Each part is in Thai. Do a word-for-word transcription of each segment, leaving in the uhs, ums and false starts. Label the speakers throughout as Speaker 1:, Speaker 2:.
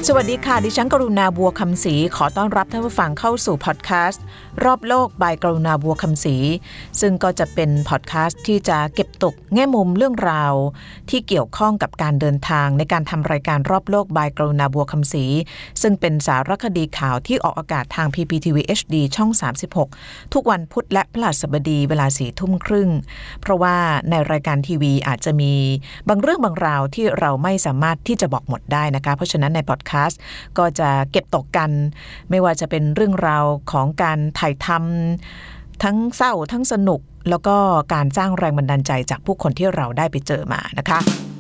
Speaker 1: สวัสดีค่ะดิฉันกรุณาบัวคำศรีขอต้อนรับท่านผู้ฟังเข้าสู่พอดแคสต์รอบโลก by กรุณาบัวคำศรีซึ่งก็จะเป็นพอดแคสต์ที่จะเก็บตกแง่มุมเรื่องราวที่เกี่ยวข้องกับการเดินทางในการทำรายการรอบโลก by กรุณาบัวคำศรีซึ่งเป็นสารคดีข่าวที่ออกอากาศทาง พี พี ที วี เอช ดี ช่องสามสิบหกทุกวันพุธและพฤหัสบดีเวลาสี่ทุ่มครึ่งเพราะว่าในรายการทีวีอาจจะมีบางเรื่องบางราวที่เราไม่สามารถที่จะบอกหมดได้นะคะเพราะฉะนั้นในพอดแคสต์ก็จะเก็บตกกันไม่ว่าจะเป็นเรื่องราวของการถ่ายทำทั้งเศร้าทั้งสนุกแล้วก็การสร้างแรงบันดาลใจจากผู้คนที่เราได้ไปเจอมานะคะ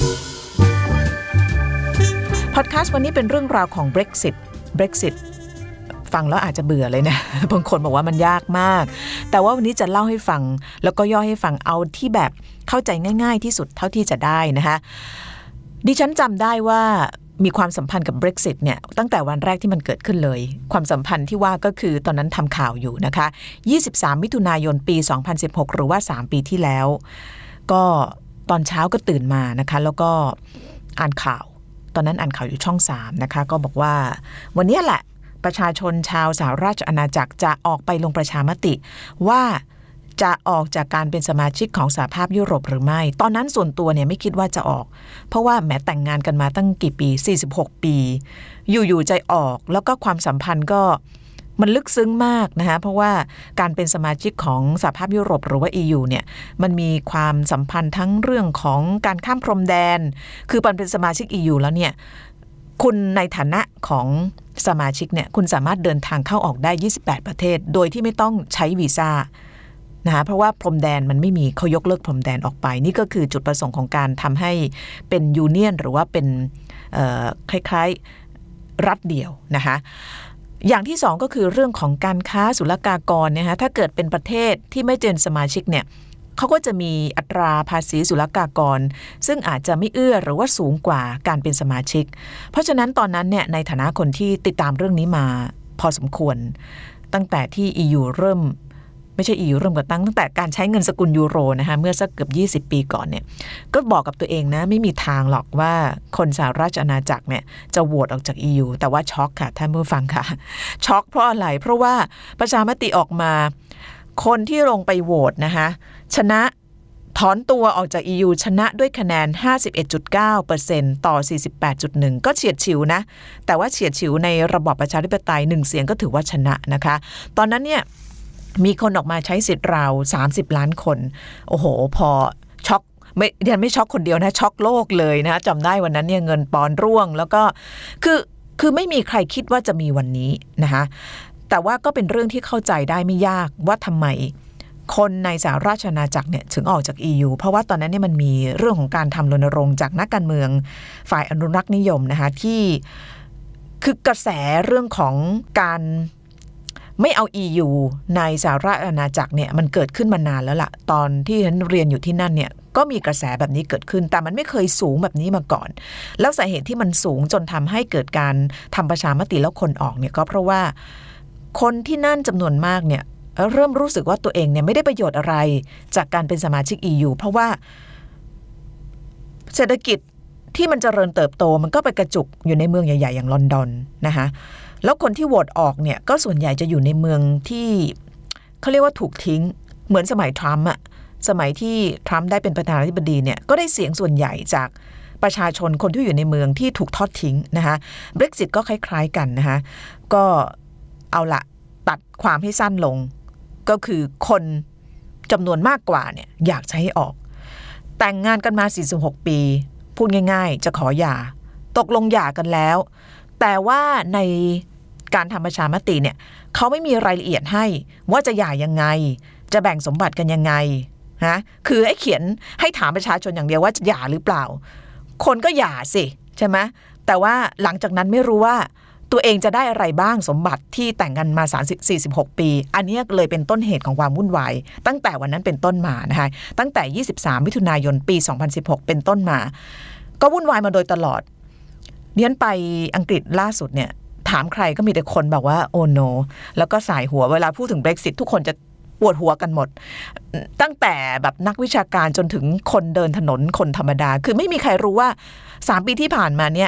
Speaker 1: พอดแคสต์วันนี้เป็นเรื่องราวของ Brexit Brexit ฟังแล้วอาจจะเบื่อเลยนะบางคนบอกว่ามันยากมากแต่ว่าวันนี้จะเล่าให้ฟังแล้วก็ย่อให้ฟังเอาที่แบบเข้าใจง่ายๆที่สุดเท่าที่จะได้นะคะดิฉันจำได้ว่ามีความสัมพันธ์กับ Brexit เนี่ยตั้งแต่วันแรกที่มันเกิดขึ้นเลยความสัมพันธ์ที่ว่าก็คือตอนนั้นทำข่าวอยู่นะคะยี่สิบสามมิถุนายนปีสองพันสิบหกหรือว่าสามปีที่แล้วก็ตอนเช้าก็ตื่นมานะคะแล้วก็อ่านข่าวตอนนั้นอ่านข่าวอยู่ช่องสามนะคะก็บอกว่าวันนี้แหละประชาชนชาวสหราชอาณาจักรจะออกไปลงประชามติว่าจะออกจากการเป็นสมาชิกของสหภาพยุโรปหรือไม่ตอนนั้นส่วนตัวเนี่ยไม่คิดว่าจะออกเพราะว่าแม้แต่งงานกันมาตั้งกี่ปีสี่สิบหกปีอยู่ๆใจออกแล้วก็ความสัมพันธ์ก็มันลึกซึ้งมากนะคะเพราะว่าการเป็นสมาชิกของสหภาพยุโรปหรือว่า อี ยู เนี่ยมันมีความสัมพันธ์ทั้งเรื่องของการข้ามพรมแดนคือมันเป็นสมาชิก อี ยู แล้วเนี่ยคุณในฐานะของสมาชิกเนี่ยคุณสามารถเดินทางเข้าออกได้ยี่สิบแปดประเทศโดยที่ไม่ต้องใช้วีซ่านะคะเพราะว่าพรมแดนมันไม่มีเขายกเลิกพรมแดนออกไปนี่ก็คือจุดประสงค์ของการทำให้เป็นยูเนียนหรือว่าเป็นคล้ายๆรัฐเดียวนะคะอย่างที่สองก็คือเรื่องของการค้าศุลกากรนะคะถ้าเกิดเป็นประเทศที่ไม่เป็นสมาชิกเนี่ยเขาก็จะมีอัตราภาษีศุลกากรซึ่งอาจจะไม่เอื้อหรือว่าสูงกว่าการเป็นสมาชิกเพราะฉะนั้นตอนนั้นเนี่ยในฐานะคนที่ติดตามเรื่องนี้มาพอสมควรตั้งแต่ที่ อี ยู เริ่มไม่ใช่ อี ยู เริ่มก่อตั้งตั้งแต่การใช้เงินสกุลยูโรนะคะเมื่อสักเกือบยี่สิบปีก่อนเนี่ยก็บอกกับตัวเองนะไม่มีทางหรอกว่าคนสหราชอาณาจักรเนี่ยจะโหวตออกจาก อี ยู แต่ว่าช็อกค่ะท่านผู้ฟังค่ะช็อกเพราะอะไรเพราะว่าประชามติออกมาคนที่ลงไปโหวตนะคะชนะถอนตัวออกจาก อี ยู ชนะด้วยคะแนน ห้าสิบเอ็ดจุดเก้าเปอร์เซ็นต์ ต่อ สี่สิบแปดจุดหนึ่ง ก็เฉียดฉิวนะแต่ว่าเฉียดฉิวในระบอบประชาธิปไตยหนึ่งเสียงก็ถือว่าชนะนะคะตอนนั้นเนี่ยมีคนออกมาใช้สิทธิ์ราวสามสิบล้านคนโอ้โหพอช็อกไม่เรียนไม่ช็อกคนเดียวนะช็อกโลกเลยนะจำได้วันนั้นเนี่ยเงินปอนด์ร่วงแล้วก็คือคือไม่มีใครคิดว่าจะมีวันนี้นะคะแต่ว่าก็เป็นเรื่องที่เข้าใจได้ไม่ยากว่าทำไมคนในสหราชอาณาจักรเนี่ยถึงออกจาก อี ยู เพราะว่าตอนนั้นเนี่ยมันมีเรื่องของการทำรณรงค์จากนักการเมืองฝ่ายอนุรักษ์นิยมนะคะที่คือกระแสเรื่องของการไม่เอา อี ยู ในสหราชอาณาจักรเนี่ยมันเกิดขึ้นมานานแล้วล่ะตอนที่ฉันเรียนอยู่ที่นั่นเนี่ยก็มีกระแสแบบนี้เกิดขึ้นแต่มันไม่เคยสูงแบบนี้มาก่อนแล้วสาเหตุที่มันสูงจนทำให้เกิดการทำประชามติแล้วคนออกเนี่ยก็เพราะว่าคนที่นั่นจำนวนมากเนี่ยเริ่มรู้สึกว่าตัวเองเนี่ยไม่ได้ประโยชน์อะไรจากการเป็นสมาชิก อี ยู เพราะว่าเศรษฐกิจที่มันเจริญเติบโตมันก็ไปกระจุกอยู่ในเมืองใหญ่ๆอย่างลอนดอนนะคะแล้วคนที่โหวตออกเนี่ยก็ส่วนใหญ่จะอยู่ในเมืองที่เขาเรียกว่าถูกทิ้งเหมือนสมัยทรัมป์อะสมัยที่ทรัมป์ได้เป็นประธานาธิบดีเนี่ยก็ได้เสียงส่วนใหญ่จากประชาชนคนที่อยู่ในเมืองที่ถูกทอดทิ้งนะคะ Brexit ก็คล้ายๆกันนะคะก็เอาละตัดความให้สั้นลงก็คือคนจำนวนมากกว่าเนี่ยอยากจะให้ออกแต่งงานกันมาสี่สิบหกปีพูดง่ายๆจะขอหย่าตกลงหย่ากันแล้วแต่ว่าในการทำประชามติเนี่ยเขาไม่มีรายละเอียดให้ว่าจะหย่ายังไงจะแบ่งสมบัติกันยังไงนะคือให้เขียนให้ถามประชาชนอย่างเดียวว่าจะหย่าหรือเปล่าคนก็หย่าสิใช่ไหมแต่ว่าหลังจากนั้นไม่รู้ว่าตัวเองจะได้อะไรบ้างสมบัติที่แต่งกันมาสามสิบ สี่สิบหกปีอันนี้เลยเป็นต้นเหตุของความวุ่นวายตั้งแต่วันนั้นเป็นต้นมานะคะตั้งแต่ยี่สิบสามมิถุนายนปีสองพันสิบหกเป็นต้นมาก็วุ่นวายมาโดยตลอดเรียนไปอังกฤษล่าสุดเนี่ยถามใครก็มีแต่คนบอกว่าโอ้โนแล้วก็สายหัวเวลาพูดถึง Brexit ทุกคนจะปวดหัวกันหมดตั้งแต่แบบนักวิชาการจนถึงคนเดินถนนคนธรรมดาคือไม่มีใครรู้ว่าสามปีที่ผ่านมาเนี่ย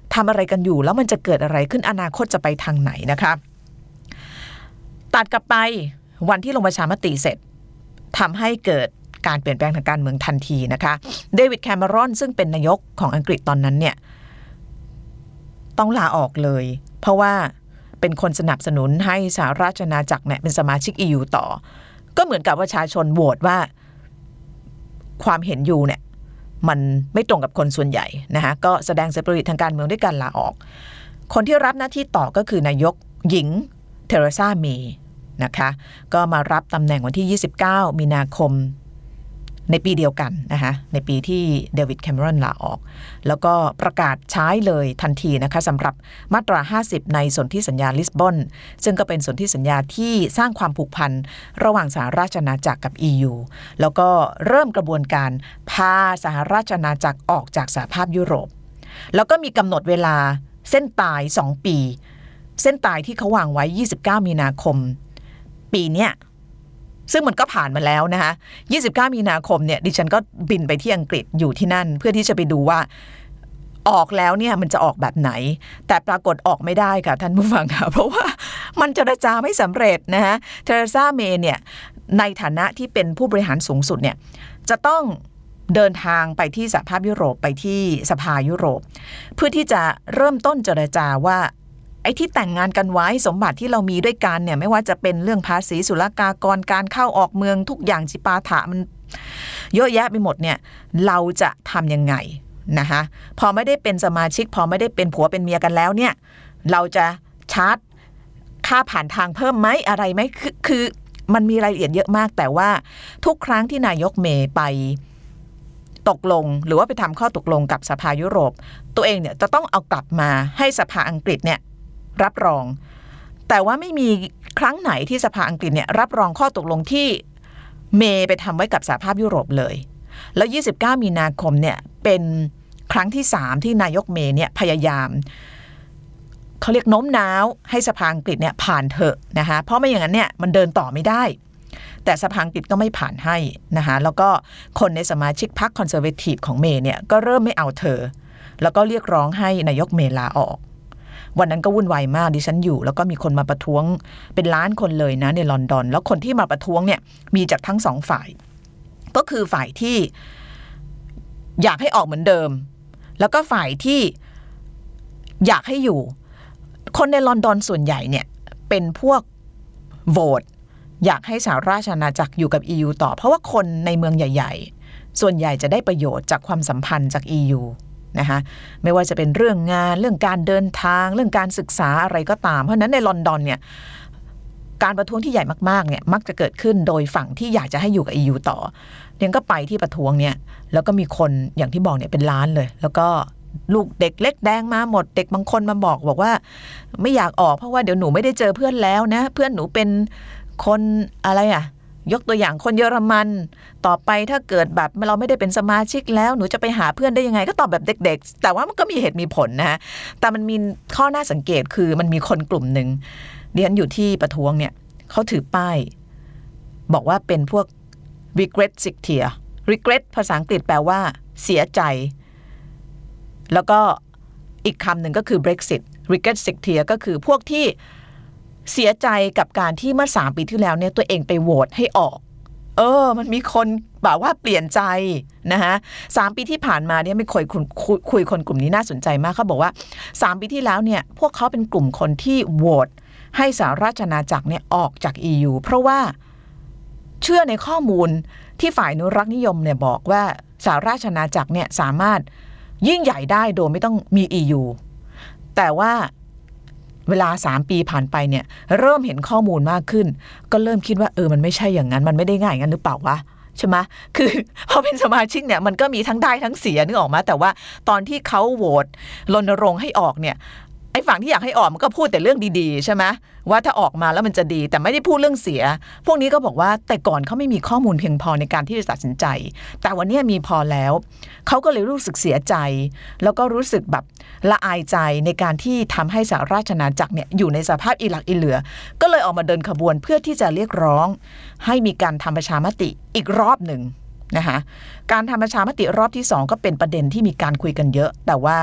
Speaker 1: ทำอะไรกันอยู่แล้วมันจะเกิดอะไรขึ้นอนาคตจะไปทางไหนนะคะตัดกลับไปวันที่ลงประชามติเสร็จทำให้เกิดการเปลี่ยนแปลงทางการเมืองทันทีนะคะเดวิดแคมเมรอนซึ่งเป็นนายกของอังกฤษตอนนั้นเนี่ยต้องลาออกเลยเพราะว่าเป็นคนสนับสนุนให้สหราชอาณาจักรเนี่ยเป็นสมาชิก อี ยู ต่อก็เหมือนกับประชาชนโหวตว่าความเห็นอยู่เนี่ยมันไม่ตรงกับคนส่วนใหญ่นะคะก็แสดงสปิริตทางการเมืองด้วยการลาออกคนที่รับหน้าที่ต่อก็คือนายกหญิงเทเรซาเมย์นะคะก็มารับตำแหน่งวันที่ยี่สิบเก้ามีนาคมในปีเดียวกันนะคะในปีที่เดวิดแคมเมรอนลาออกแล้วก็ประกาศใช้เลยทันทีนะคะสำหรับมาตราห้าสิบในสนธิสัญญาลิสบอนซึ่งก็เป็นสนธิสัญญาที่สร้างความผูกพันระหว่างสหราชอาณาจักรกับ อี ยู แล้วก็เริ่มกระบวนการพาสหราชอาณาจักรออกจากสหภาพยุโรปแล้วก็มีกำหนดเวลาเส้นตายสองปีเส้นตายที่เขาวางไว้ยี่สิบเก้ามีนาคมปีเนี้ยซึ่งมันก็ผ่านมาแล้วนะคะยี่สิบเก้ามีนาคมเนี่ยดิฉันก็บินไปที่อังกฤษอยู่ที่นั่นเพื่อที่จะไปดูว่าออกแล้วเนี่ยมันจะออกแบบไหนแต่ปรากฏออกไม่ได้ค่ะท่านผู้ฟังค่ะเพราะว่ามันเจรจาไม่สำเร็จนะคะเทเรซาเมย์เนี่ยในฐานะที่เป็นผู้บริหารสูงสุดเนี่ยจะต้องเดินทางไปที่สหภาพยุโรปไปที่สภายุโรปเพื่อที่จะเริ่มต้นเจรจาว่าไอ้ที่แต่งงานกันไว้สมบัติที่เรามีด้วยกันเนี่ยไม่ว่าจะเป็นเรื่องภาษีศุลกากรการเข้าออกเมืองทุกอย่างจิปาถะมันเยอะแยะไปหมดเนี่ยเราจะทำยังไงนะคะพอไม่ได้เป็นสมาชิกพอไม่ได้เป็นผัวเป็นเมียกันแล้วเนี่ยเราจะชาร์จค่าผ่านทางเพิ่มไหมอะไรไหมคือคือมันมีรายละเอียดเยอะมากแต่ว่าทุกครั้งที่นายกเมย์ไปตกลงหรือว่าไปทำข้อตกลงกับสภายุโรปตัวเองเนี่ยจะต้องเอากลับมาให้สภาอังกฤษเนี่ยรับรองแต่ว่าไม่มีครั้งไหนที่สภาอังกฤษเนี่ยรับรองข้อตกลงที่เมย์ไปทำไว้กับสหภาพยุโรปเลยแล้วยี่สิบเก้ามีนาคมเนี่ยเป็นครั้งที่สามที่นายกเมย์เนี่ยพยายามเขาเรียกโน้มน้าวให้สภาอังกฤษเนี่ยผ่านเถอะนะคะเพราะไม่อย่างนั้นเนี่ยมันเดินต่อไม่ได้แต่สภาอังกฤษก็ไม่ผ่านให้นะคะแล้วก็คนในสมาชิกพรรคคอนเซอร์เวทีฟของเมย์เนี่ยก็เริ่มไม่เอาเธอแล้วก็เรียกร้องให้นายกเมย์ลาออกวันนั้นก็วุ่นวายมากดิฉันอยู่แล้วก็มีคนมาประท้วงเป็นล้านคนเลยนะในลอนดอนแล้วคนที่มาประท้วงเนี่ยมีจากทั้งสองฝ่ายก็คือฝ่ายที่อยากให้ออกเหมือนเดิมแล้วก็ฝ่ายที่อยากให้อยู่คนในลอนดอนส่วนใหญ่เนี่ยเป็นพวกโหวตอยากให้สหราชอาณาจักรอยู่กับ อี ยู ต่อเพราะว่าคนในเมืองใหญ่ๆส่วนใหญ่จะได้ประโยชน์จากความสัมพันธ์จาก อี ยูนะคะไม่ว่าจะเป็นเรื่องงานเรื่องการเดินทางเรื่องการศึกษาอะไรก็ตามเพราะนั้นในลอนดอนเนี่ยการประท้วงที่ใหญ่มากๆเนี่ยมักจะเกิดขึ้นโดยฝั่งที่อยากจะให้อยู่กับ อี ยู ต่อเรียนก็ไปที่ประท้วงเนี่ยแล้วก็มีคนอย่างที่บอกเนี่ยเป็นล้านเลยแล้วก็ลูกเด็กเล็กแดงมาหมดเด็กบางคนมาบอกบอกว่าไม่อยากออกเพราะว่าเดี๋ยวหนูไม่ได้เจอเพื่อนแล้วนะเพื่อนหนูเป็นคนอะไรอ่ะยกตัวอย่างคนเยอรมันต่อไปถ้าเกิดแบบเราไม่ได้เป็นสมาชิกแล้วหนูจะไปหาเพื่อนได้ยังไงก็ตอบแบบเด็กๆแต่ว่ามันก็มีเหตุมีผลนะฮะแต่มันมีข้อน่าสังเกตคือมันมีคนกลุ่มหนึ่งเรียนอยู่ที่ประท้วงเนี่ยเขาถือป้ายบอกว่าเป็นพวก regret sigtier regret ภาษาอังกฤษแปลว่าเสียใจแล้วก็อีกคำหนึ่งก็คือ Brexit regret sigtier ก็คือพวกที่เสียใจกับการที่เมื่อสามปีที่แล้วเนี่ยตัวเองไปโหวตให้ออกเออมันมีคนแบบว่าเปลี่ยนใจนะคะสามปีที่ผ่านมาเนี่ยไม่เคยคุยคุยคนกลุ่มนี้น่าสนใจมากเขาบอกว่าสามปีที่แล้วเนี่ยพวกเขาเป็นกลุ่มคนที่โหวตให้สหราชอาณาจักรเนี่ยออกจาก อี ยู เพราะว่าเชื่อในข้อมูลที่ฝ่ายอนุรักษ์นิยมเนี่ยบอกว่าสหราชอาณาจักรเนี่ยสามารถยิ่งใหญ่ได้โดยไม่ต้องมี อี ยู แต่ว่าเวลาสามปีผ่านไปเนี่ยเริ่มเห็นข้อมูลมากขึ้นก็เริ่มคิดว่าเออมันไม่ใช่อย่างนั้นมันไม่ได้ง่ายงั้นหรือเปล่าวะใช่ไหมคือพอเป็นสมาชิกเนี่ยมันก็มีทั้งได้ทั้งเสียนึกออกมาแต่ว่าตอนที่เขาโหวตรณรงค์ให้ออกเนี่ยไอ้ฝั่งที่อยากให้ออกมันก็พูดแต่เรื่องดีๆใช่ไหมว่าถ้าออกมาแล้วมันจะดีแต่ไม่ได้พูดเรื่องเสียพวกนี้ก็บอกว่าแต่ก่อนเขาไม่มีข้อมูลเพียงพอในการที่จะตัดสินใจแต่วันนี้มีพอแล้วเขาก็เลยรู้สึกเสียใจแล้วก็รู้สึกแบบละอายใจในการที่ทำให้สหราชอาณาจักรเนี่ยอยู่ในสภาพอีหลักอีเหลือก็เลยออกมาเดินขบวนเพื่อที่จะเรียกร้องให้มีการทำประชามติอีกรอบหนึ่งนะคะการทำประชามติรอบที่สองก็เป็นประเด็นที่มีการคุยกันเยอะแต่ว่า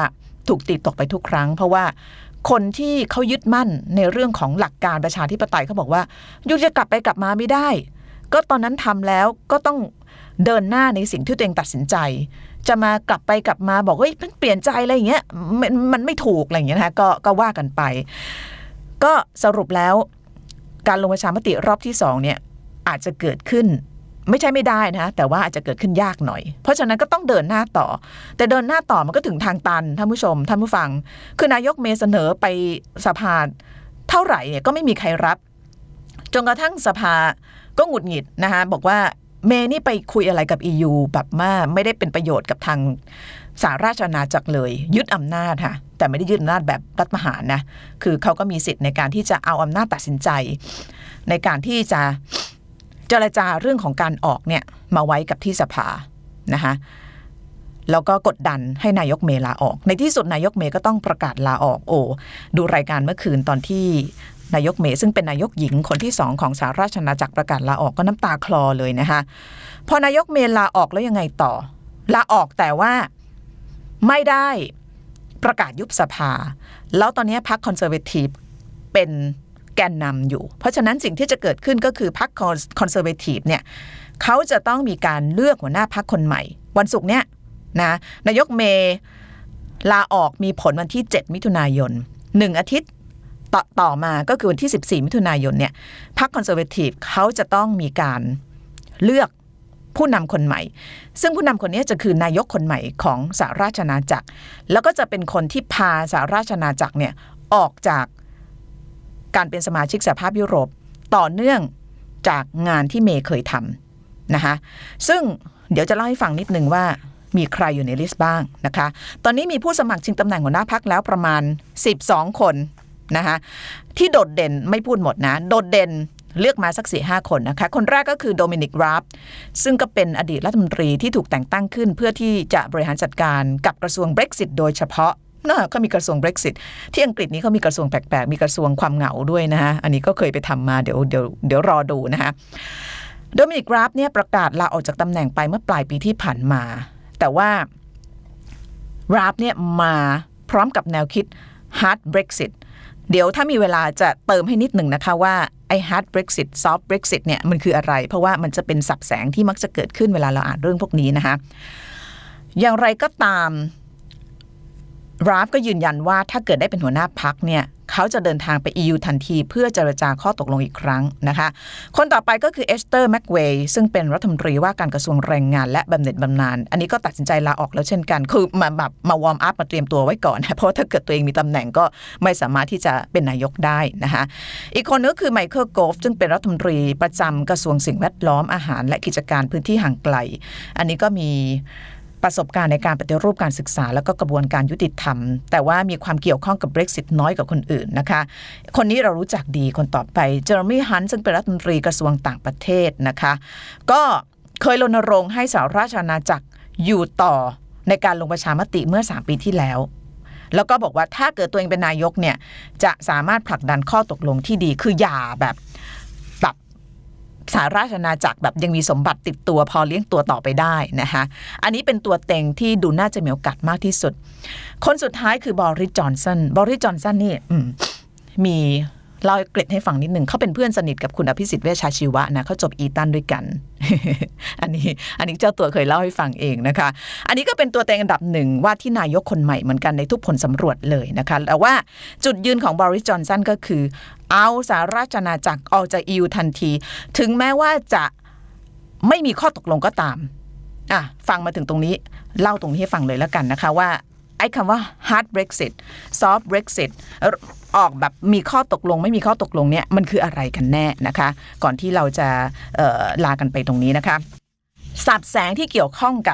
Speaker 1: ถูกตีตกไปทุกครั้งเพราะว่าคนที่เขายึดมั่นในเรื่องของหลักการประชาธิปไตยเขาบอกว่ายุจะกลับไปกลับมาไม่ได้ก็ตอนนั้นทำแล้วก็ต้องเดินหน้าในสิ่งที่ตัวเองตัดสินใจจะมากลับไปกลับมาบอกเฮ้ยมันเปลี่ยนใจอะไรอย่างเงี้ยมันมันไม่ถูกอะไรอย่างเงี้ยนะคะก็ก็ว่ากันไปก็สรุปแล้วการลงประชามติรอบที่สองเนี่ยอาจจะเกิดขึ้นไม่ใช่ไม่ได้นะแต่ว่าอาจจะเกิดขึ้นยากหน่อยเพราะฉะนั้นก็ต้องเดินหน้าต่อแต่เดินหน้าต่อมันก็ถึงทางตันท่านผู้ชมท่านผู้ฟังคือนายกเมย์เสนอไปสภาเท่าไหร่เนี่ยก็ไม่มีใครรับจนกระทั่งสภาก็หงุดหงิดนะคะบอกว่าเมย์นี่ไปคุยอะไรกับ อี ยู แบบว่าไม่ได้เป็นประโยชน์กับทางสหราชอาณาจักรเลยยึดอำนาจค่ะแต่ไม่ได้ยึดอำนาจแบบรัฐประหารนะคือเขาก็มีสิทธิ์ในการที่จะเอาอำนาจตัดสินใจในการที่จะเจรจาเรื่องของการออกเนี่ยมาไว้กับที่สภานะคะแล้วก็กดดันให้นายกเมย์ลาออกในที่สุดนายกเมย์ก็ต้องประกาศลาออกโอ้ดูรายการเมื่อคืนตอนที่นายกเมย์ซึ่งเป็นนายกหญิงคนที่สองของสหราชอาณาจักรประกาศลาออกก็น้ำตาคลอเลยนะคะพอนายกเมย์ลาออกแล้วยังไงต่อลาออกแต่ว่าไม่ได้ประกาศยุบสภาแล้วตอนนี้พรรคคอนเซอร์เวทีฟเป็นแกนนำอยู่เพราะฉะนั้นสิ่งที่จะเกิดขึ้นก็คือพรรคคอนเซอร์เวทีฟเนี่ยเขาจะต้องมีการเลือกหัวหน้าพรรคคนใหม่วันศุกร์เนี้ยนะนายกเมย์ลาออกมีผลวันที่เจ็ดมิถุนายนหนึ่งอาทิตย์ต่อต่อมาก็คือวันที่สิบสี่มิถุนายนเนี่ยพรรคคอนเซอร์เวทีฟเขาจะต้องมีการเลือกผู้นำคนใหม่ซึ่งผู้นำคนนี้จะคือนายกคนใหม่ของสหราชอาณาจักรแล้วก็จะเป็นคนที่พาสหราชอาณาจักรเนี่ยออกจากการเป็นสมาชิกสหภาพยุโรปต่อเนื่องจากงานที่เมย์เคยทำนะคะซึ่งเดี๋ยวจะเล่าให้ฟังนิดนึงว่ามีใครอยู่ในลิสต์บ้างนะคะตอนนี้มีผู้สมัครชิงตำแหน่งหัวหน้าพรรคแล้วประมาณสิบสองคนนะคะที่โดดเด่นไม่พูดหมดนะโดดเด่นเลือกมาสัก สี่ห้า คนนะคะคนแรกก็คือโดมินิก ราฟซึ่งก็เป็นอดีตรัฐมนตรีที่ถูกแต่งตั้งขึ้นเพื่อที่จะบริหารจัดการกับกระทรวง Brexit โดยเฉพาะนะเขามีกระทรวง Brexit ที่อังกฤษนี้เขามีกระทรวงแปลกๆมีกระทรวงความเหงาด้วยนะฮะอันนี้ก็เคยไปทำมาเดี๋ยวเดี๋ยวเดี๋ยวรอดูนะคะโดมินิก ราฟเนี่ยประกาศลาออกจากตำแหน่งไปเมื่อปลายปีที่ผ่านมาแต่ว่า ราฟเนี่ยมาพร้อมกับแนวคิด hard Brexitเดี๋ยวถ้ามีเวลาจะเติมให้นิดหนึ่งนะคะว่าไอ้ hard Brexit soft Brexit เนี่ยมันคืออะไรเพราะว่ามันจะเป็นสับแสงที่มักจะเกิดขึ้นเวลาเราอ่านเรื่องพวกนี้นะคะอย่างไรก็ตามราฟก็ยืนยันว่าถ้าเกิดได้เป็นหัวหน้าพรรคเนี่ยเขาจะเดินทางไป อี ยู ทันทีเพื่อเจรจาข้อตกลงอีกครั้งนะคะคนต่อไปก็คือเอสเตอร์แม็กเวย์ซึ่งเป็นรัฐมนตรีว่าการกระทรวงแรงงานและบำเหน็จบำนาญอันนี้ก็ตัดสินใจลาออกแล้วเช่นกันคือมาแบบมาวอร์มอัพมาเตรียมตัวไว้ก่อนนะเพราะถ้าเกิดตัวเองมีตำแหน่งก็ไม่สามารถที่จะเป็นนายกได้นะคะอีกคนนึงก็คือไมเคิลโกฟซึ่งเป็นรัฐมนตรีประจำกระทรวงสิ่งแวดล้อมอาหารและกิจการพื้นที่ห่างไกลอันนี้ก็มีประสบการณ์ในการปฏิรูปการศึกษาแล้วก็กระบวนการยุติธรรมแต่ว่ามีความเกี่ยวข้องกับ Brexit น้อยกว่าคนอื่นนะคะคนนี้เรารู้จักดีคนต่อไปเจอร์มี่ฮันต์ซึ่งเป็นรัฐมนตรีกระทรวงต่างประเทศนะคะก็เคยรณรงค์ให้สหราชอาณาจักรอยู่ต่อในการลงประชามติเมื่อสามปีที่แล้วแล้วก็บอกว่าถ้าเกิดตัวเองเป็นนายกเนี่ยจะสามารถผลักดันข้อตกลงที่ดีคืออย่าแบบแบบสหราชอาณาจักรแบบยังมีสมบัติติดตัวพอเลี้ยงตัวต่อไปได้นะคะอันนี้เป็นตัวเต็งที่ดูน่าจะมีโอกาสมากที่สุดคนสุดท้ายคือบอริส จอนสันบอริส จอนสันนี่มีเล่าเกร็ดให้ฟังนิดหนึ่งเขาเป็นเพื่อนสนิทกับคุณอภิสิทธิ์เวชชาชีวะนะเขาจบอีตันด้วยกัน อันนี้อันนี้เจ้าตัวเคยเล่าให้ฟังเองนะคะอันนี้ก็เป็นตัวเต็งอันดับหนึ่งว่าที่นายกคนใหม่เหมือนกันในทุกผลสำรวจเลยนะคะแต่ว่าจุดยืนของบอริส จอนสันก็คือเอาสหราชอาณาจักรออกจาก อี ยู ทันทีถึงแม้ว่าจะไม่มีข้อตกลงก็ตามอ่ะฟังมาถึงตรงนี้เล่าตรงนี้ให้ฟังเลยแล้วกันนะคะว่าไอ้คำว่า hard Brexit soft Brexit ออกแบบมีข้อตกลงไม่มีข้อตกลงเนี่ยมันคืออะไรกันแน่นะคะก่อนที่เราจะเอ่อลากันไปตรงนี้นะคะสับแสงที่เกี่ยวข้องกับ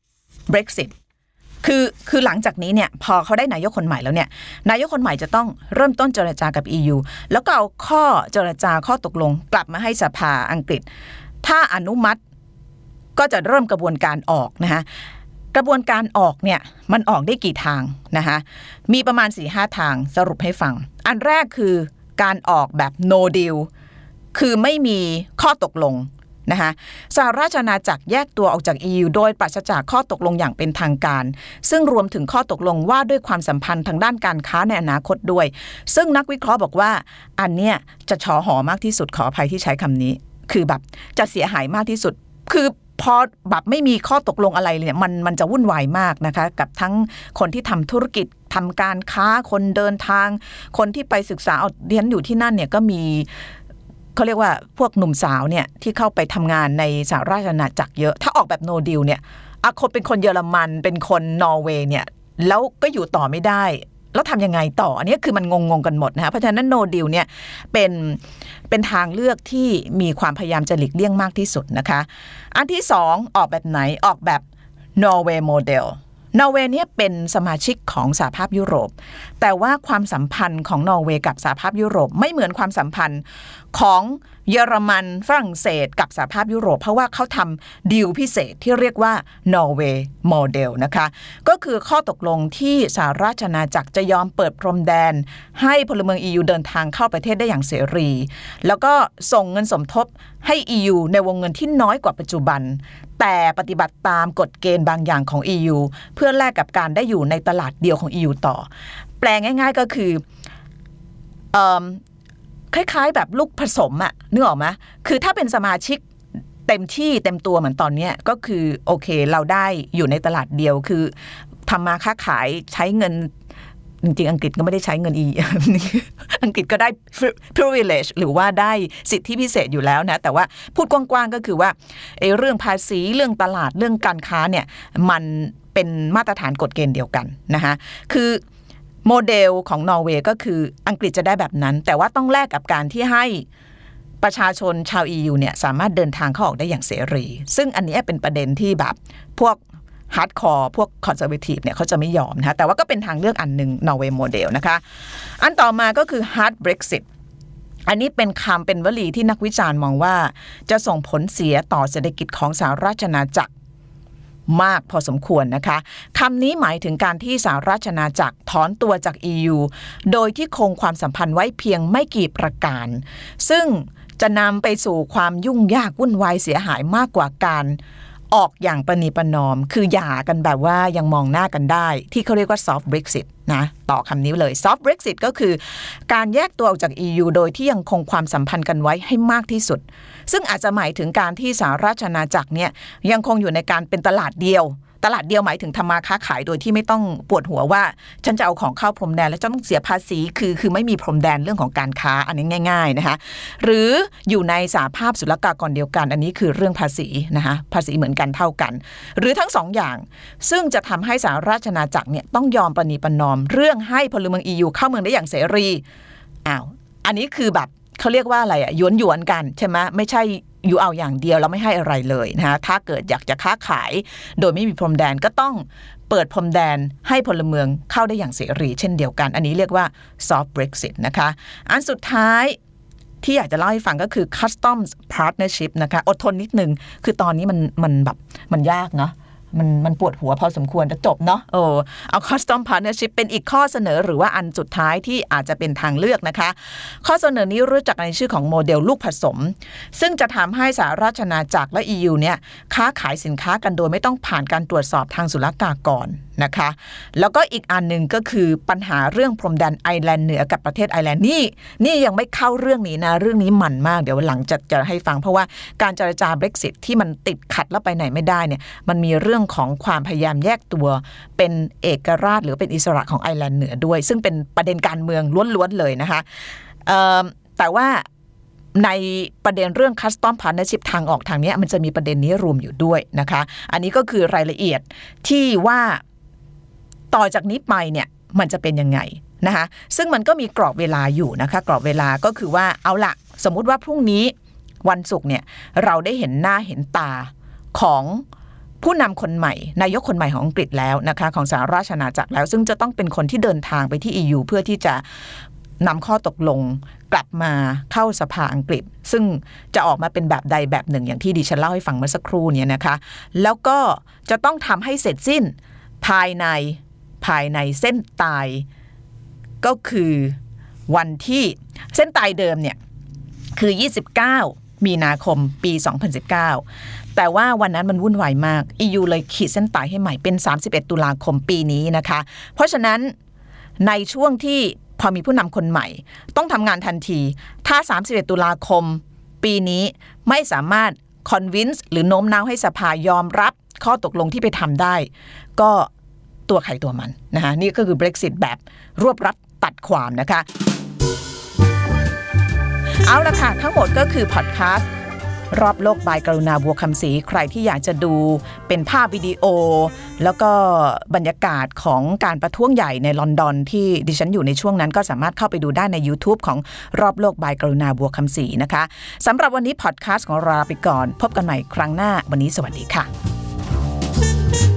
Speaker 1: Brexit คือคือหลังจากนี้เนี่ยพอเขาได้นายกคนใหม่แล้วเนี่ยนายกคนใหม่จะต้องเริ่มต้นเจรจากับ อี ยู แล้วก็เอาข้อเจรจาข้อตกลงกลับมาให้สภาอังกฤษถ้าอนุมัติก็จะเริ่มกระบวนการออกนะคะกระบวนการออกเนี่ยมันออกได้กี่ทางนะคะมีประมาณ สี่ห้า ทางสรุปให้ฟังอันแรกคือการออกแบบ no deal คือไม่มีข้อตกลงนะคะสหราชอาณาจักรแยกตัวออกจาก อี ยู โดยปราศจากข้อตกลงอย่างเป็นทางการซึ่งรวมถึงข้อตกลงว่าด้วยความสัมพันธ์ทางด้านการค้าในอนาคตด้วยซึ่งนักวิเคราะห์บอกว่าอันเนี้ยจะฉอหอมากที่สุดขออภัยที่ใช้คำนี้คือแบบจะเสียหายมากที่สุดคือพอแบบไม่มีข้อตกลงอะไรเลยมันมันจะวุ่นวายมากนะคะกับทั้งคนที่ทำธุรกิจทำการค้าคนเดินทางคนที่ไปศึกษาเอาเรียนอยู่ที่นั่นเนี่ยก็มีเขาเรียกว่าพวกหนุ่มสาวเนี่ยที่เข้าไปทำงานในสหราชอาณาจักรเยอะถ้าออกแบบโนดิลเนี่ยอ่ะคนเป็นคนเยอรมันเป็นคนนอร์เวย์เนี่ยแล้วก็อยู่ต่อไม่ได้แล้วทำยังไงต่ออันนี้คือมันงงๆกันหมดนะคะเพราะฉะนั้นโนดิลเนี่ยเป็นเป็นทางเลือกที่มีความพยายามจะหลีกเลี่ยงมากที่สุดนะคะอันที่สองออกแบบไหนออกแบบนอร์เวย์โมเดลนอร์เวย์เนี่ยเป็นสมาชิกของสหภาพยุโรปแต่ว่าความสัมพันธ์ของนอร์เวย์กับสหภาพยุโรปไม่เหมือนความสัมพันธ์ของเยอรมันฝรั่งเศสกับสหภาพยุโรปเพราะว่าเขาทำดีลพิเศษที่เรียกว่านอร์เวย์โมเดลนะคะก็คือข้อตกลงที่สหราชอาณาจักรจะยอมเปิดพรมแดนให้พลเมือง อี ยู เดินทางเข้าประเทศได้อย่างเสรีแล้วก็ส่งเงินสมทบให้ อี ยู ในวงเงินที่น้อยกว่าปัจจุบันแต่ปฏิบัติตามกฎเกณฑ์บางอย่างของ อี ยู เพื่อแลกกับการได้อยู่ในตลาดเดียวของ อี ยู ต่อแปลง่ายๆก็คือเอ่อคล้ายๆแบบลูกผสมอะนึกออกไหมคือถ้าเป็นสมาชิกเต็มที่เต็มตัวเหมือนตอนนี้ก็คือโอเคเราได้อยู่ในตลาดเดียวคือทำมาค้าขายใช้เงินจริงๆอังกฤษก็ไม่ได้ใช้เงินอี อังกฤษก็ได้ privilege หรือว่าได้สิทธิพิเศษอยู่แล้วนะแต่ว่าพูดกว้างๆก็คือว่าไอ้เรื่องภาษีเรื่องตลาดเรื่องการค้าเนี่ยมันเป็นมาตรฐานกฎเกณฑ์เดียวกันนะคะคือโมเดลของนอร์เวย์ก็คืออังกฤษจะได้แบบนั้นแต่ว่าต้องแลกกับการที่ให้ประชาชนชาว อี ยู เนี่ยสามารถเดินทางเข้าออกได้อย่างเสรีซึ่งอันนี้เป็นประเด็นที่แบบพวกฮาร์ดคอร์พวกคอนเซอร์เวทีฟเนี่ยเขาจะไม่ยอมนะคะแต่ว่าก็เป็นทางเลือกอันหนึ่งนอร์เวย์โมเดลนะคะอันต่อมาก็คือ hard Brexit อันนี้เป็นคำเป็นวลีที่นักวิจารณ์มองว่าจะส่งผลเสียต่อเศรษฐกิจของสหราชอาณาจักรมากพอสมควรนะคะคำนี้หมายถึงการที่สหราชอาณาจักรถอนตัวจาก อี ยู โดยที่คงความสัมพันธ์ไว้เพียงไม่กี่ประการซึ่งจะนำไปสู่ความยุ่งยากวุ่นวายเสียหายมากกว่าการออกอย่างประนีประนอมคือหย่ากันแบบว่ายังมองหน้ากันได้ที่เขาเรียกว่า soft Brexit นะต่อคำนี้เลย soft Brexit ก็คือการแยกตัวออกจาก อี ยู โดยที่ยังคงความสัมพันธ์กันไว้ให้มากที่สุดซึ่งอาจจะหมายถึงการที่สหราชอาณาจักรเนี่ยยังคงอยู่ในการเป็นตลาดเดียวตลาดเดียวหมายถึงทำมาค้าขายโดยที่ไม่ต้องปวดหัวว่าฉันจะเอาของเข้าพรมแดนแล้วจะต้องเสียภาษีคือคือไม่มีพรมแดนเรื่องของการค้าอันนี้ง่ายๆนะคะหรืออยู่ในสหภาพศุลกากรเดียวกันอันนี้คือเรื่องภาษีนะคะภาษีเหมือนกันเท่ากันหรือทั้งสองอย่างซึ่งจะทำให้สหราชอาณาจักรเนี่ยต้องยอมประนีประนอมเรื่องให้พลเมือง อี ยู เข้าเมืองได้อย่างเสรีอ้าวอันนี้คือแบบเขาเรียกว่าอะไรอะหยวนหยวนกันใช่ไหมไม่ใช่อยู่เอาอย่างเดียวแล้วไม่ให้อะไรเลยนะคะถ้าเกิดอยากจะค้าขายโดยไม่มีพรมแดนก็ต้องเปิดพรมแดนให้พลเมืองเข้าได้อย่างเสรีเช่นเดียวกันอันนี้เรียกว่า soft Brexit นะคะอันสุดท้ายที่อยากจะเล่าให้ฟังก็คือ customs partnership นะคะอดทนนิดนึงคือตอนนี้มันมันแบบมันยากเนาะมันมันปวดหัวพอสมควรจะจบเนาะเออเอา custom partnership เป็นอีกข้อเสนอหรือว่าอันสุดท้ายที่อาจจะเป็นทางเลือกนะคะข้อเสนอนี้รู้จักในชื่อของโมเดลลูกผสมซึ่งจะทำให้สหราชอาณาจักรและ อี ยู เนี่ยค้าขายสินค้ากันโดยไม่ต้องผ่านการตรวจสอบทางศุลกากรนะคะแล้วก็อีกอันนึงก็คือปัญหาเรื่องพรมแดนไอร์แลนด์เหนือกับประเทศไอร์แลนด์นี่นี่ยังไม่เข้าเรื่องนี้นะเรื่องนี้มันมากเดี๋ยวหลังจะจะให้ฟังเพราะว่าการเจรจา Brexit ที่มันติดขัดแล้วไปไหนไม่ได้เนี่ยมันมีเรื่องของความพยายามแยกตัวเป็นเอกราชหรือเป็นอิสระของไอร์แลนด์เหนือด้วยซึ่งเป็นประเด็นการเมืองล้วนๆเลยนะคะแต่ว่าในประเด็นเรื่อง Custom Partnership ทางออกทางนี้มันจะมีประเด็นนี้รวมอยู่ด้วยนะคะอันนี้ก็คือรายละเอียดที่ว่าต่อจากนี้ไปเนี่ยมันจะเป็นยังไงนะคะซึ่งมันก็มีกรอบเวลาอยู่นะคะกรอบเวลาก็คือว่าเอาละสมมุติว่าพรุ่งนี้วันศุกร์เนี่ยเราได้เห็นหน้าเห็นตาของผู้นำคนใหม่นายกคนใหม่ของอังกฤษแล้วนะคะของสหราชอาณาจักรแล้วซึ่งจะต้องเป็นคนที่เดินทางไปที่ อี ยู เพื่อที่จะนำข้อตกลงกลับมาเข้าสภาอังกฤษซึ่งจะออกมาเป็นแบบใดแบบหนึ่งอย่างที่ดิฉันเล่าให้ฟังเมื่อสักครู่นี้นะคะแล้วก็จะต้องทำให้เสร็จสิ้นภายในภายในเส้นตายก็คือวันที่เส้นตายเดิมเนี่ยคือยี่สิบเก้ามีนาคมปีสองพันสิบเก้าแต่ว่าวันนั้นมันวุ่นวายมาก อี ยู เลยขีดเส้นตายให้ใหม่เป็นสามสิบเอ็ดตุลาคมปีนี้นะคะเพราะฉะนั้นในช่วงที่พอมีผู้นำคนใหม่ต้องทำงานทันทีถ้าสามสิบเอ็ดตุลาคมปีนี้ไม่สามารถ convince หรือโน้มน้าวให้สภายอมรับข้อตกลงที่ไปทำได้ก็ตัวใครตัวมันนะคะนี่ก็คือ Brexit แบบรวบรัดตัดความนะคะเอาละค่ะทั้งหมดก็คือพอดคาสต์รอบโลกบายกรุณาบัวคำศรีใครที่อยากจะดูเป็นภาพวิดีโอแล้วก็บรรยากาศของการประท้วงใหญ่ในลอนดอนที่ดิฉันอยู่ในช่วงนั้นก็สามารถเข้าไปดูได้ใน YouTube ของรอบโลกบายกรุณาบัวคำศรีนะคะสำหรับวันนี้พอดคาสต์ของเราไปก่อนพบกันใหม่ครั้งหน้าวันนี้สวัสดีค่ะ